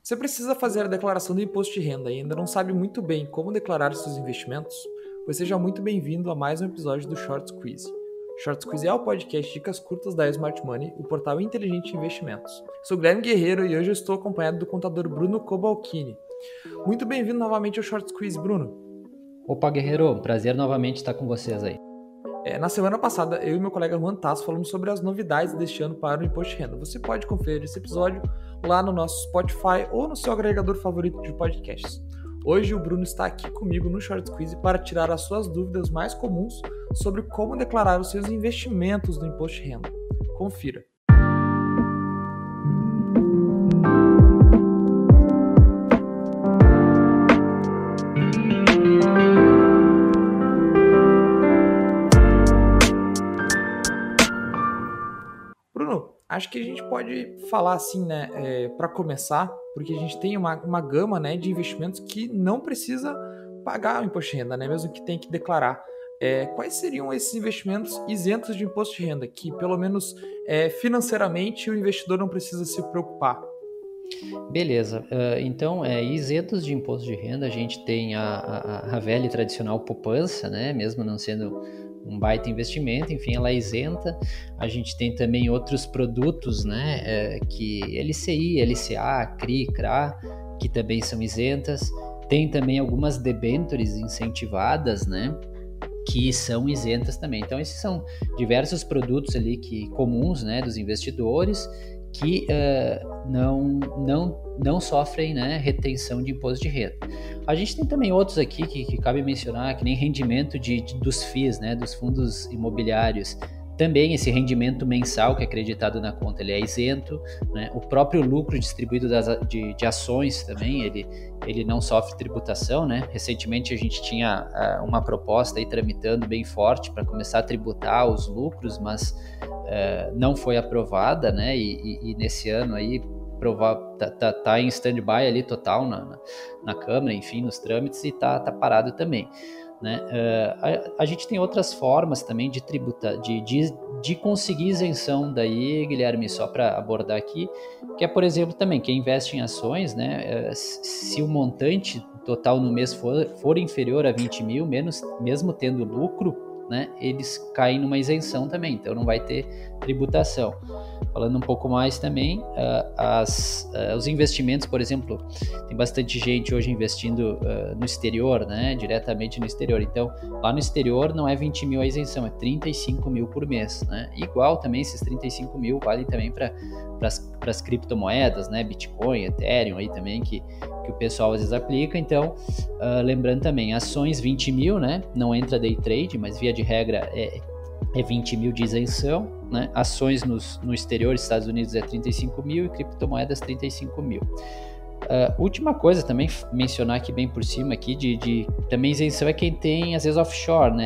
Você precisa fazer a declaração do imposto de renda e ainda não sabe muito bem como declarar seus investimentos? Pois seja muito bem-vindo a mais um episódio do Short Squeeze. Short Squeeze é o podcast de dicas curtas da Smart Money, o portal inteligente de investimentos. Sou Guilherme Guerreiro e hoje eu estou acompanhado do contador Bruno Cobalcini. Muito bem-vindo novamente ao Short Squeeze, Bruno. Opa, Guerreiro, prazer novamente estar com vocês aí. Na semana passada, eu e meu colega Juan Tasso falamos sobre as novidades deste ano para o imposto de renda. Você pode conferir esse episódio lá no nosso Spotify ou no seu agregador favorito de podcasts. Hoje o Bruno está aqui comigo no Short Squeeze para tirar as suas dúvidas mais comuns sobre como declarar os seus investimentos no imposto de renda. Confira. Acho que a gente pode falar assim, para começar, porque a gente tem uma gama, de investimentos que não precisa pagar o imposto de renda, mesmo que tenha que declarar. Quais seriam esses investimentos isentos de imposto de renda, que pelo menos financeiramente o investidor não precisa se preocupar? Beleza, então isentos de imposto de renda a gente tem a velha e tradicional poupança, mesmo não sendo um baita investimento, enfim, ela é isenta. A gente tem também outros produtos, que LCI, LCA, CRI, CRA, que também são isentas. Tem também algumas debêntures incentivadas, que são isentas também. Então, esses são diversos produtos ali comuns, dos investidores, que não sofrem retenção de imposto de renda. A gente tem também outros aqui que cabe mencionar, que nem rendimento dos FIIs, dos fundos imobiliários. Também esse rendimento mensal que é acreditado na conta, ele é isento, O próprio lucro distribuído de ações também, ele não sofre tributação, Recentemente a gente tinha uma proposta aí tramitando bem forte para começar a tributar os lucros, mas não foi aprovada, e nesse ano aí tá em stand-by ali total na Câmara, enfim, nos trâmites, e tá parado também. A gente tem outras formas também de tributar, de conseguir isenção daí, Guilherme, só para abordar aqui, que é, por exemplo, também quem investe em ações, se o montante total no mês for inferior a 20 mil, mesmo tendo lucro, eles caem numa isenção também, então não vai ter tributação. Falando um pouco mais também, os investimentos, por exemplo, tem bastante gente hoje investindo no exterior, diretamente no exterior. Então, lá no exterior não é 20 mil a isenção, é 35 mil por mês. Igual também, esses 35 mil valem também para as criptomoedas, Bitcoin, Ethereum aí também, que o pessoal às vezes aplica. Então, lembrando também, ações 20 mil, não entra day trade, mas via de regra é 20 mil de isenção, Ações no exterior, Estados Unidos, é 35 mil e criptomoedas 35 mil. Última coisa também, mencionar aqui bem por cima aqui, de também isenção é quem tem, às vezes, offshore,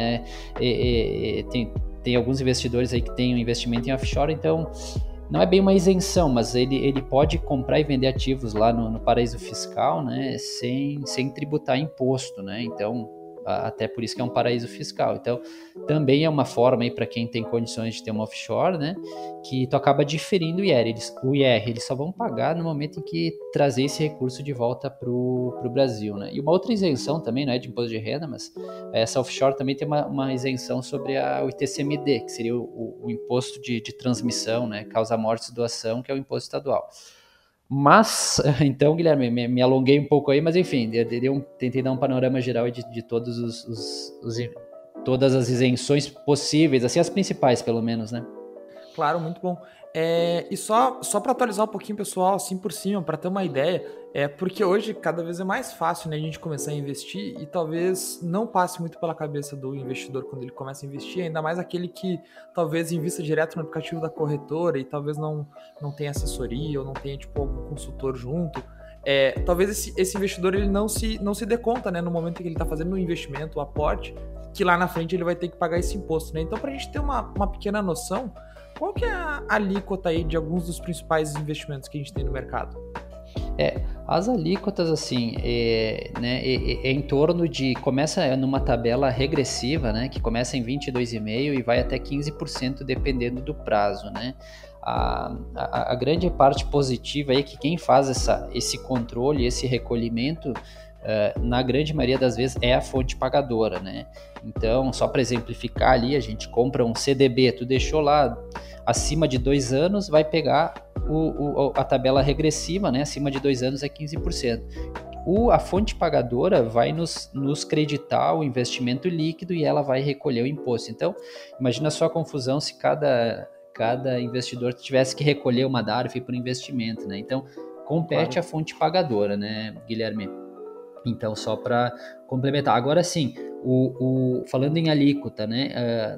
Tem alguns investidores aí que têm um investimento em offshore, então não é bem uma isenção, mas ele pode comprar e vender ativos lá no paraíso fiscal, sem tributar imposto, Então, até por isso que é um paraíso fiscal. Então, também é uma forma aí para quem tem condições de ter uma offshore, que tu acaba diferindo o IR. Eles só vão pagar no momento em que trazer esse recurso de volta para o Brasil, E uma outra isenção também, não é de imposto de renda, mas essa offshore também tem uma isenção sobre o ITCMD, que seria o imposto de transmissão, causa morte e doação, que é o imposto estadual. Mas, então, Guilherme, me alonguei um pouco aí, mas enfim, tentei dar um panorama geral de todas as isenções possíveis, assim, as principais, pelo menos, Claro, muito bom. E só para atualizar um pouquinho, pessoal, assim por cima, para ter uma ideia, porque hoje cada vez é mais fácil, a gente começar a investir e talvez não passe muito pela cabeça do investidor quando ele começa a investir, ainda mais aquele que talvez invista direto no aplicativo da corretora e talvez não tenha assessoria ou não tenha algum consultor junto. Talvez esse investidor ele não se dê conta, no momento em que ele está fazendo um investimento, o aporte, que lá na frente ele vai ter que pagar esse imposto, Então, para a gente ter uma pequena noção, qual que é a alíquota aí de alguns dos principais investimentos que a gente tem no mercado? As alíquotas, assim, em torno de... Começa numa tabela regressiva, que começa em 22,5% e vai até 15% dependendo do prazo, a grande parte positiva aí é que quem faz esse controle, esse recolhimento, na grande maioria das vezes é a fonte pagadora, né? Então, só para exemplificar ali, a gente compra um CDB, tu deixou lá acima de 2 anos, vai pegar a tabela regressiva, né? Acima de 2 anos é 15%. A fonte pagadora vai nos creditar o investimento líquido e ela vai recolher o imposto. Então, imagina só a confusão se cada investidor tivesse que recolher uma DARF para o investimento, né? Então, compete à fonte pagadora, né, Guilherme? Então, só para complementar. Agora sim, falando em alíquota, né?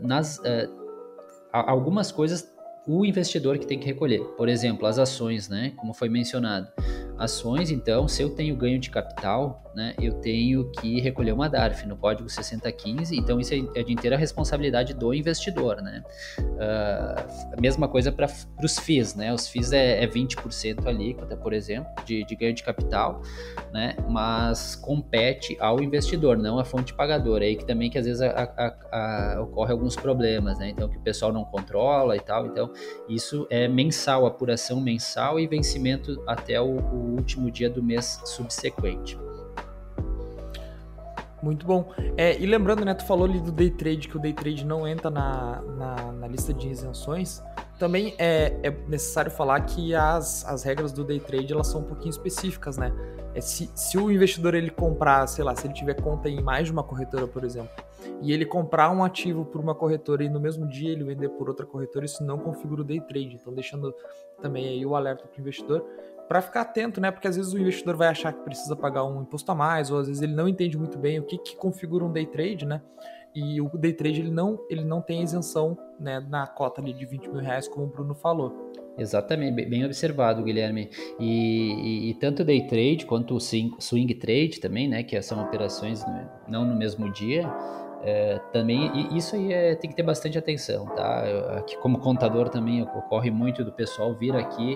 Algumas coisas o investidor que tem que recolher. Por exemplo, as ações, né? Como foi mencionado. Ações, então, se eu tenho ganho de capital, né? Eu tenho que recolher uma DARF no código 6015, então isso é de inteira responsabilidade do investidor, né? A mesma coisa para os FIIs, né? Os FIIs é 20% alíquota, por exemplo, de ganho de capital, né? Mas compete ao investidor, não à fonte pagadora. Aí que também que às vezes ocorre alguns problemas, né? Então que o pessoal não controla e tal. Então isso é mensal, apuração mensal e vencimento até o último dia do mês subsequente. Muito bom. E lembrando, né, tu falou ali do day trade, que o day trade não entra na lista de isenções. Também é necessário falar que as regras do day trade, elas são um pouquinho específicas, né? Se o investidor ele comprar, sei lá, se ele tiver conta em mais de uma corretora, por exemplo, e ele comprar um ativo por uma corretora e no mesmo dia ele vender por outra corretora, isso não configura o day trade. Então, deixando também aí o alerta para o investidor, para ficar atento, né? Porque às vezes o investidor vai achar que precisa pagar um imposto a mais, ou às vezes ele não entende muito bem o que configura um day trade, né? E o day trade ele não tem isenção, né, na cota ali de R$20.000, como o Bruno falou. Exatamente, bem observado, Guilherme. E tanto o day trade quanto o swing trade também, né, que são operações não no mesmo dia, também isso aí tem que ter bastante atenção, tá? Aqui como contador também ocorre muito do pessoal vir aqui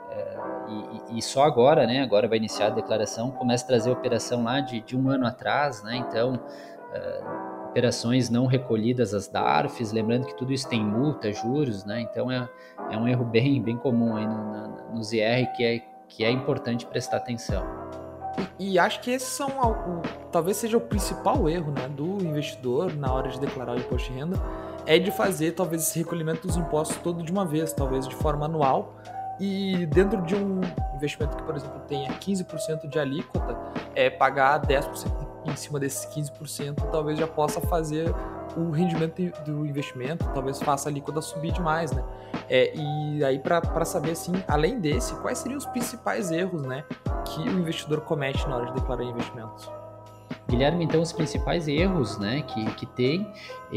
e só agora, né? Agora vai iniciar a declaração, começa a trazer operação lá de um ano atrás, né? Então, operações não recolhidas as DARFs, lembrando que tudo isso tem multa, juros, né? Então é um erro bem comum aí no ZR que é importante prestar atenção. E acho que esses são talvez seja o principal erro, né, do investidor na hora de declarar o imposto de renda, é de fazer talvez esse recolhimento dos impostos todo de uma vez, talvez de forma anual, e dentro de um investimento que, por exemplo, tenha 15% de alíquota, pagar 10% em cima desses 15%, talvez já possa fazer o rendimento do investimento, talvez faça a alíquota subir demais, né? E aí, para saber, assim, além desse, quais seriam os principais erros, né, que o investidor comete na hora de declarar investimentos? Guilherme, então, os principais erros, né, que tem,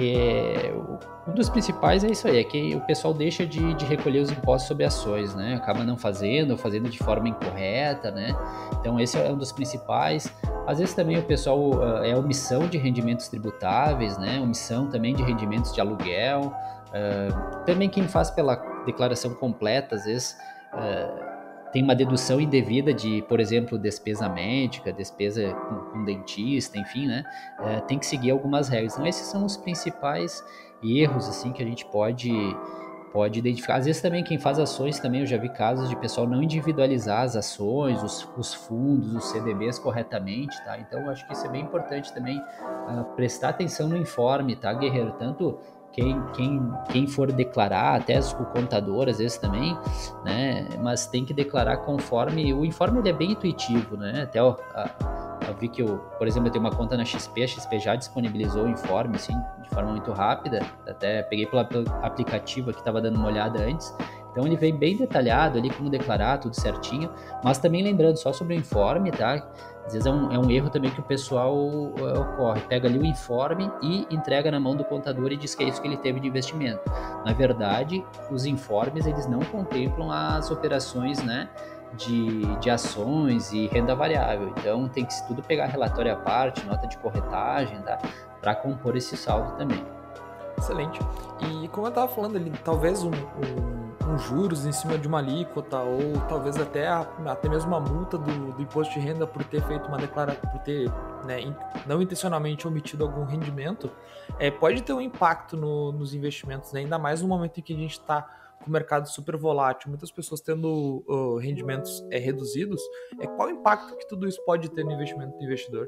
um dos principais é isso aí, é que o pessoal deixa de recolher os impostos sobre ações, né, acaba não fazendo, ou fazendo de forma incorreta, né, então esse é um dos principais. Às vezes também o pessoal omissão de rendimentos tributáveis, né, omissão também de rendimentos de aluguel, também quem faz pela declaração completa, às vezes tem uma dedução indevida de, por exemplo, despesa médica, despesa com dentista, enfim, né? Tem que seguir algumas regras. Então, esses são os principais erros, assim, que a gente pode identificar. Às vezes também quem faz ações, também eu já vi casos de pessoal não individualizar as ações, os fundos, os CDBs corretamente, tá? Então, eu acho que isso é bem importante também, prestar atenção no informe, tá, guerreiro? Tanto quem for declarar, até o contador às vezes também, né? Mas tem que declarar conforme o informe, ele é bem intuitivo, né? Até eu vi que por exemplo, eu tenho uma conta na XP, a XP já disponibilizou o informe, assim, de forma muito rápida. Até peguei pelo aplicativo aqui, estava dando uma olhada antes. Então ele vem bem detalhado ali como declarar, tudo certinho. Mas também lembrando só sobre o informe, tá? Às vezes é um erro também que o pessoal ocorre. Pega ali o informe e entrega na mão do contador e diz que é isso que ele teve de investimento. Na verdade, os informes, eles não contemplam as operações, né, de ações e renda variável. Então tem que tudo pegar relatório à parte, nota de corretagem, tá? Para compor esse saldo também. Excelente. E como eu estava falando ali, talvez um juros em cima de uma alíquota, ou talvez até mesmo uma multa do imposto de renda por ter feito uma declaração, por ter, né, não intencionalmente omitido algum rendimento, pode ter um impacto nos investimentos, né? Ainda mais no momento em que a gente está com o mercado super volátil, muitas pessoas tendo rendimentos reduzidos, qual o impacto que tudo isso pode ter no investimento do investidor?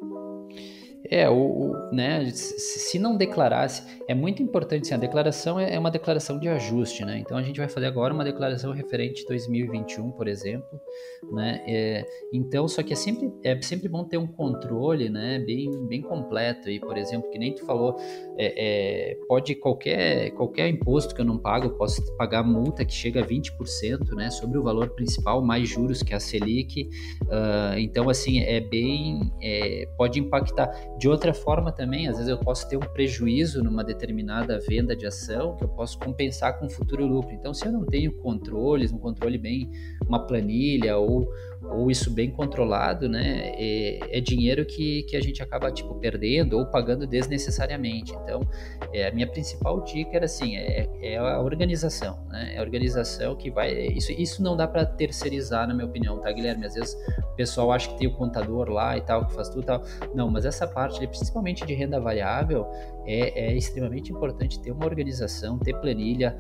Né, se não declarasse, é muito importante, assim, a declaração é uma declaração de ajuste, né? Então a gente vai fazer agora uma declaração referente a 2021, por exemplo, né? Então, só que é sempre bom ter um controle, né, bem completo aí, por exemplo, que nem tu falou, pode qualquer imposto que eu não pago, eu posso pagar multa que chega a 20%, né, sobre o valor principal, mais juros que a Selic. Então, assim, pode impactar. De outra forma também, às vezes eu posso ter um prejuízo numa determinada venda de ação que eu posso compensar com futuro lucro. Então, se eu não tenho controles, um controle bem, uma planilha ou isso bem controlado, né, é dinheiro que a gente acaba tipo perdendo ou pagando desnecessariamente. Então, a minha principal dica era assim, é a organização, né? É a organização que vai... Isso não dá para terceirizar, na minha opinião, tá, Guilherme? Às vezes o pessoal acha que tem o contador lá e tal, que faz tudo e tal. Não, mas essa parte, principalmente de renda variável, é extremamente importante ter uma organização, ter planilha,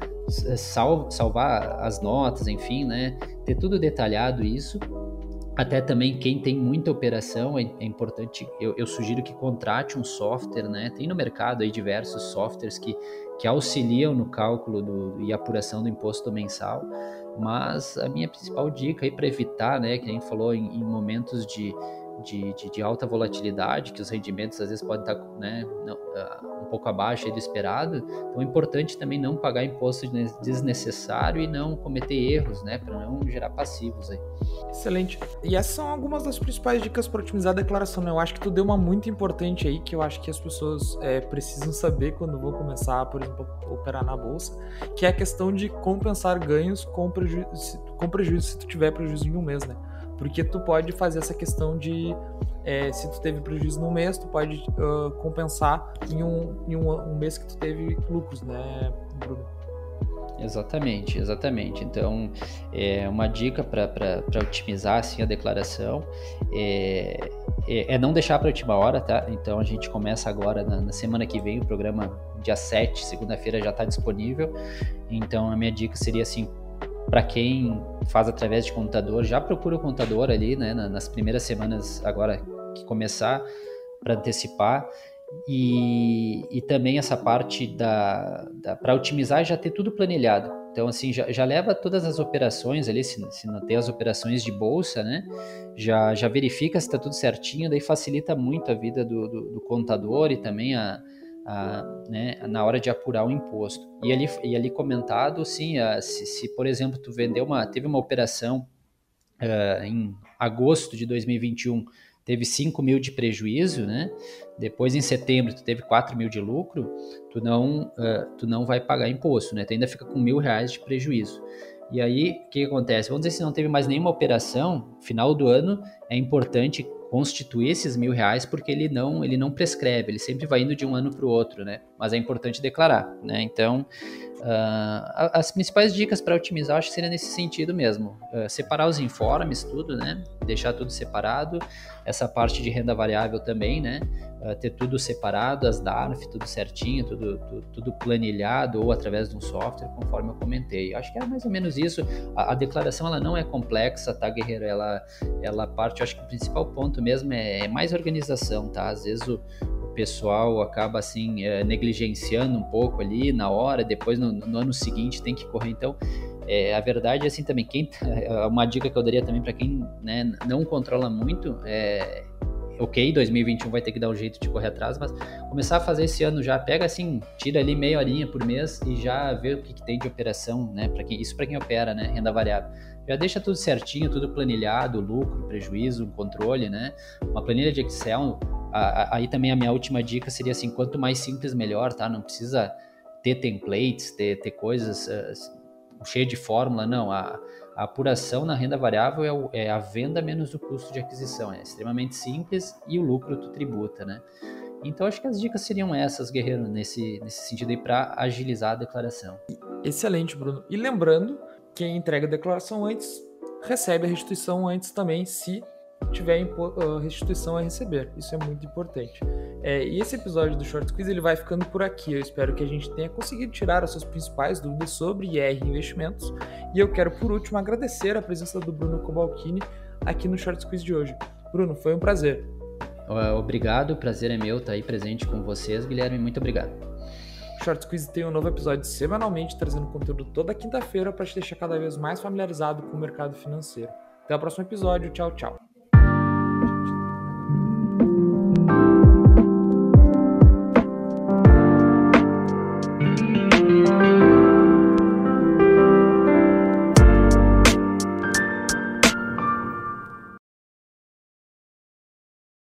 salvar as notas, enfim, né? Ter tudo detalhado isso. Até também quem tem muita operação, é importante, eu sugiro que contrate um software, né? Tem no mercado aí diversos softwares que auxiliam no cálculo e apuração do imposto mensal, mas a minha principal dica aí para evitar, né, que a gente falou em momentos de alta volatilidade, que os rendimentos às vezes podem estar, né, um pouco abaixo aí do esperado, então é importante também não pagar imposto desnecessário e não cometer erros, né, para não gerar passivos aí. Excelente. E essas são algumas das principais dicas para otimizar a declaração, né? Eu acho que tu deu uma muito importante aí, que eu acho que as pessoas precisam saber quando vão começar, por exemplo, a operar na bolsa, que é a questão de compensar ganhos com prejuízo se tu tiver prejuízo em um mês, né? Porque tu pode fazer essa questão de, se tu teve prejuízo no mês, tu pode compensar em um mês que tu teve lucros, né, Bruno? Exatamente. Então, uma dica para otimizar assim, a declaração é não deixar para a última hora, tá? Então, a gente começa agora na semana que vem, o programa dia 7, segunda-feira já está disponível. Então, a minha dica seria assim, para quem faz através de computador, já procura o contador ali, né, nas primeiras semanas agora que começar, para antecipar. E também essa parte para otimizar, já ter tudo planilhado. Então, assim, já leva todas as operações ali, se não tem as operações de bolsa, né? Já verifica se está tudo certinho, daí facilita muito a vida do contador e também né, na hora de apurar o imposto. E ali comentado, sim, se por exemplo, tu teve uma operação em agosto de 2021, teve 5 mil de prejuízo, né? Depois em setembro tu teve 4 mil de lucro, tu não vai pagar imposto, né? Tu ainda fica com R$1.000 de prejuízo. E aí, o que acontece? Vamos dizer, se não teve mais nenhuma operação, final do ano é importante constituir esses R$1.000, porque ele não prescreve, ele sempre vai indo de um ano para o outro, né? Mas é importante declarar, né? Então, as principais dicas para otimizar, acho que seria nesse sentido mesmo. Separar os informes, tudo, né? Deixar tudo separado. Essa parte de renda variável também, né? Ter tudo separado, as DARF, tudo certinho, tudo planilhado ou através de um software, conforme eu comentei. Acho que é mais ou menos isso. A declaração, ela não é complexa, tá, Guerreiro? Ela parte, acho que o principal ponto mesmo é mais organização, tá? Às vezes o pessoal acaba assim negligenciando um pouco ali na hora, depois no ano seguinte tem que correr. Então, a verdade é assim também, uma dica que eu daria também para quem, né, não controla muito, ok, 2021 vai ter que dar um jeito de correr atrás, mas começar a fazer esse ano já, pega assim, tira ali meia horinha por mês e já vê o que tem de operação, né, isso para quem opera, né, renda variável. Já deixa tudo certinho, tudo planilhado, lucro, prejuízo, controle, né, uma planilha de Excel. Aí também a minha última dica seria assim, quanto mais simples melhor, tá? Não precisa ter templates, ter coisas cheias de fórmula, não. A apuração na renda variável é a venda menos o custo de aquisição, é extremamente simples e o lucro tu tributa, né? Então acho que as dicas seriam essas, Guerreiro, nesse sentido aí, para agilizar a declaração. Excelente, Bruno. E lembrando, quem entrega a declaração antes recebe a restituição antes também, se tiver restituição a receber. Isso é muito importante. E esse episódio do Short Squeeze ele vai ficando por aqui. Eu espero que a gente tenha conseguido tirar as suas principais dúvidas sobre IR Investimentos. E eu quero, por último, agradecer a presença do Bruno Cobalcini aqui no Short Squeeze de hoje. Bruno, foi um prazer. Obrigado, o prazer é meu estar aí presente com vocês, Guilherme. Muito obrigado. O Short Squeeze tem um novo episódio semanalmente, trazendo conteúdo toda quinta-feira para te deixar cada vez mais familiarizado com o mercado financeiro. Até o próximo episódio. Tchau, tchau.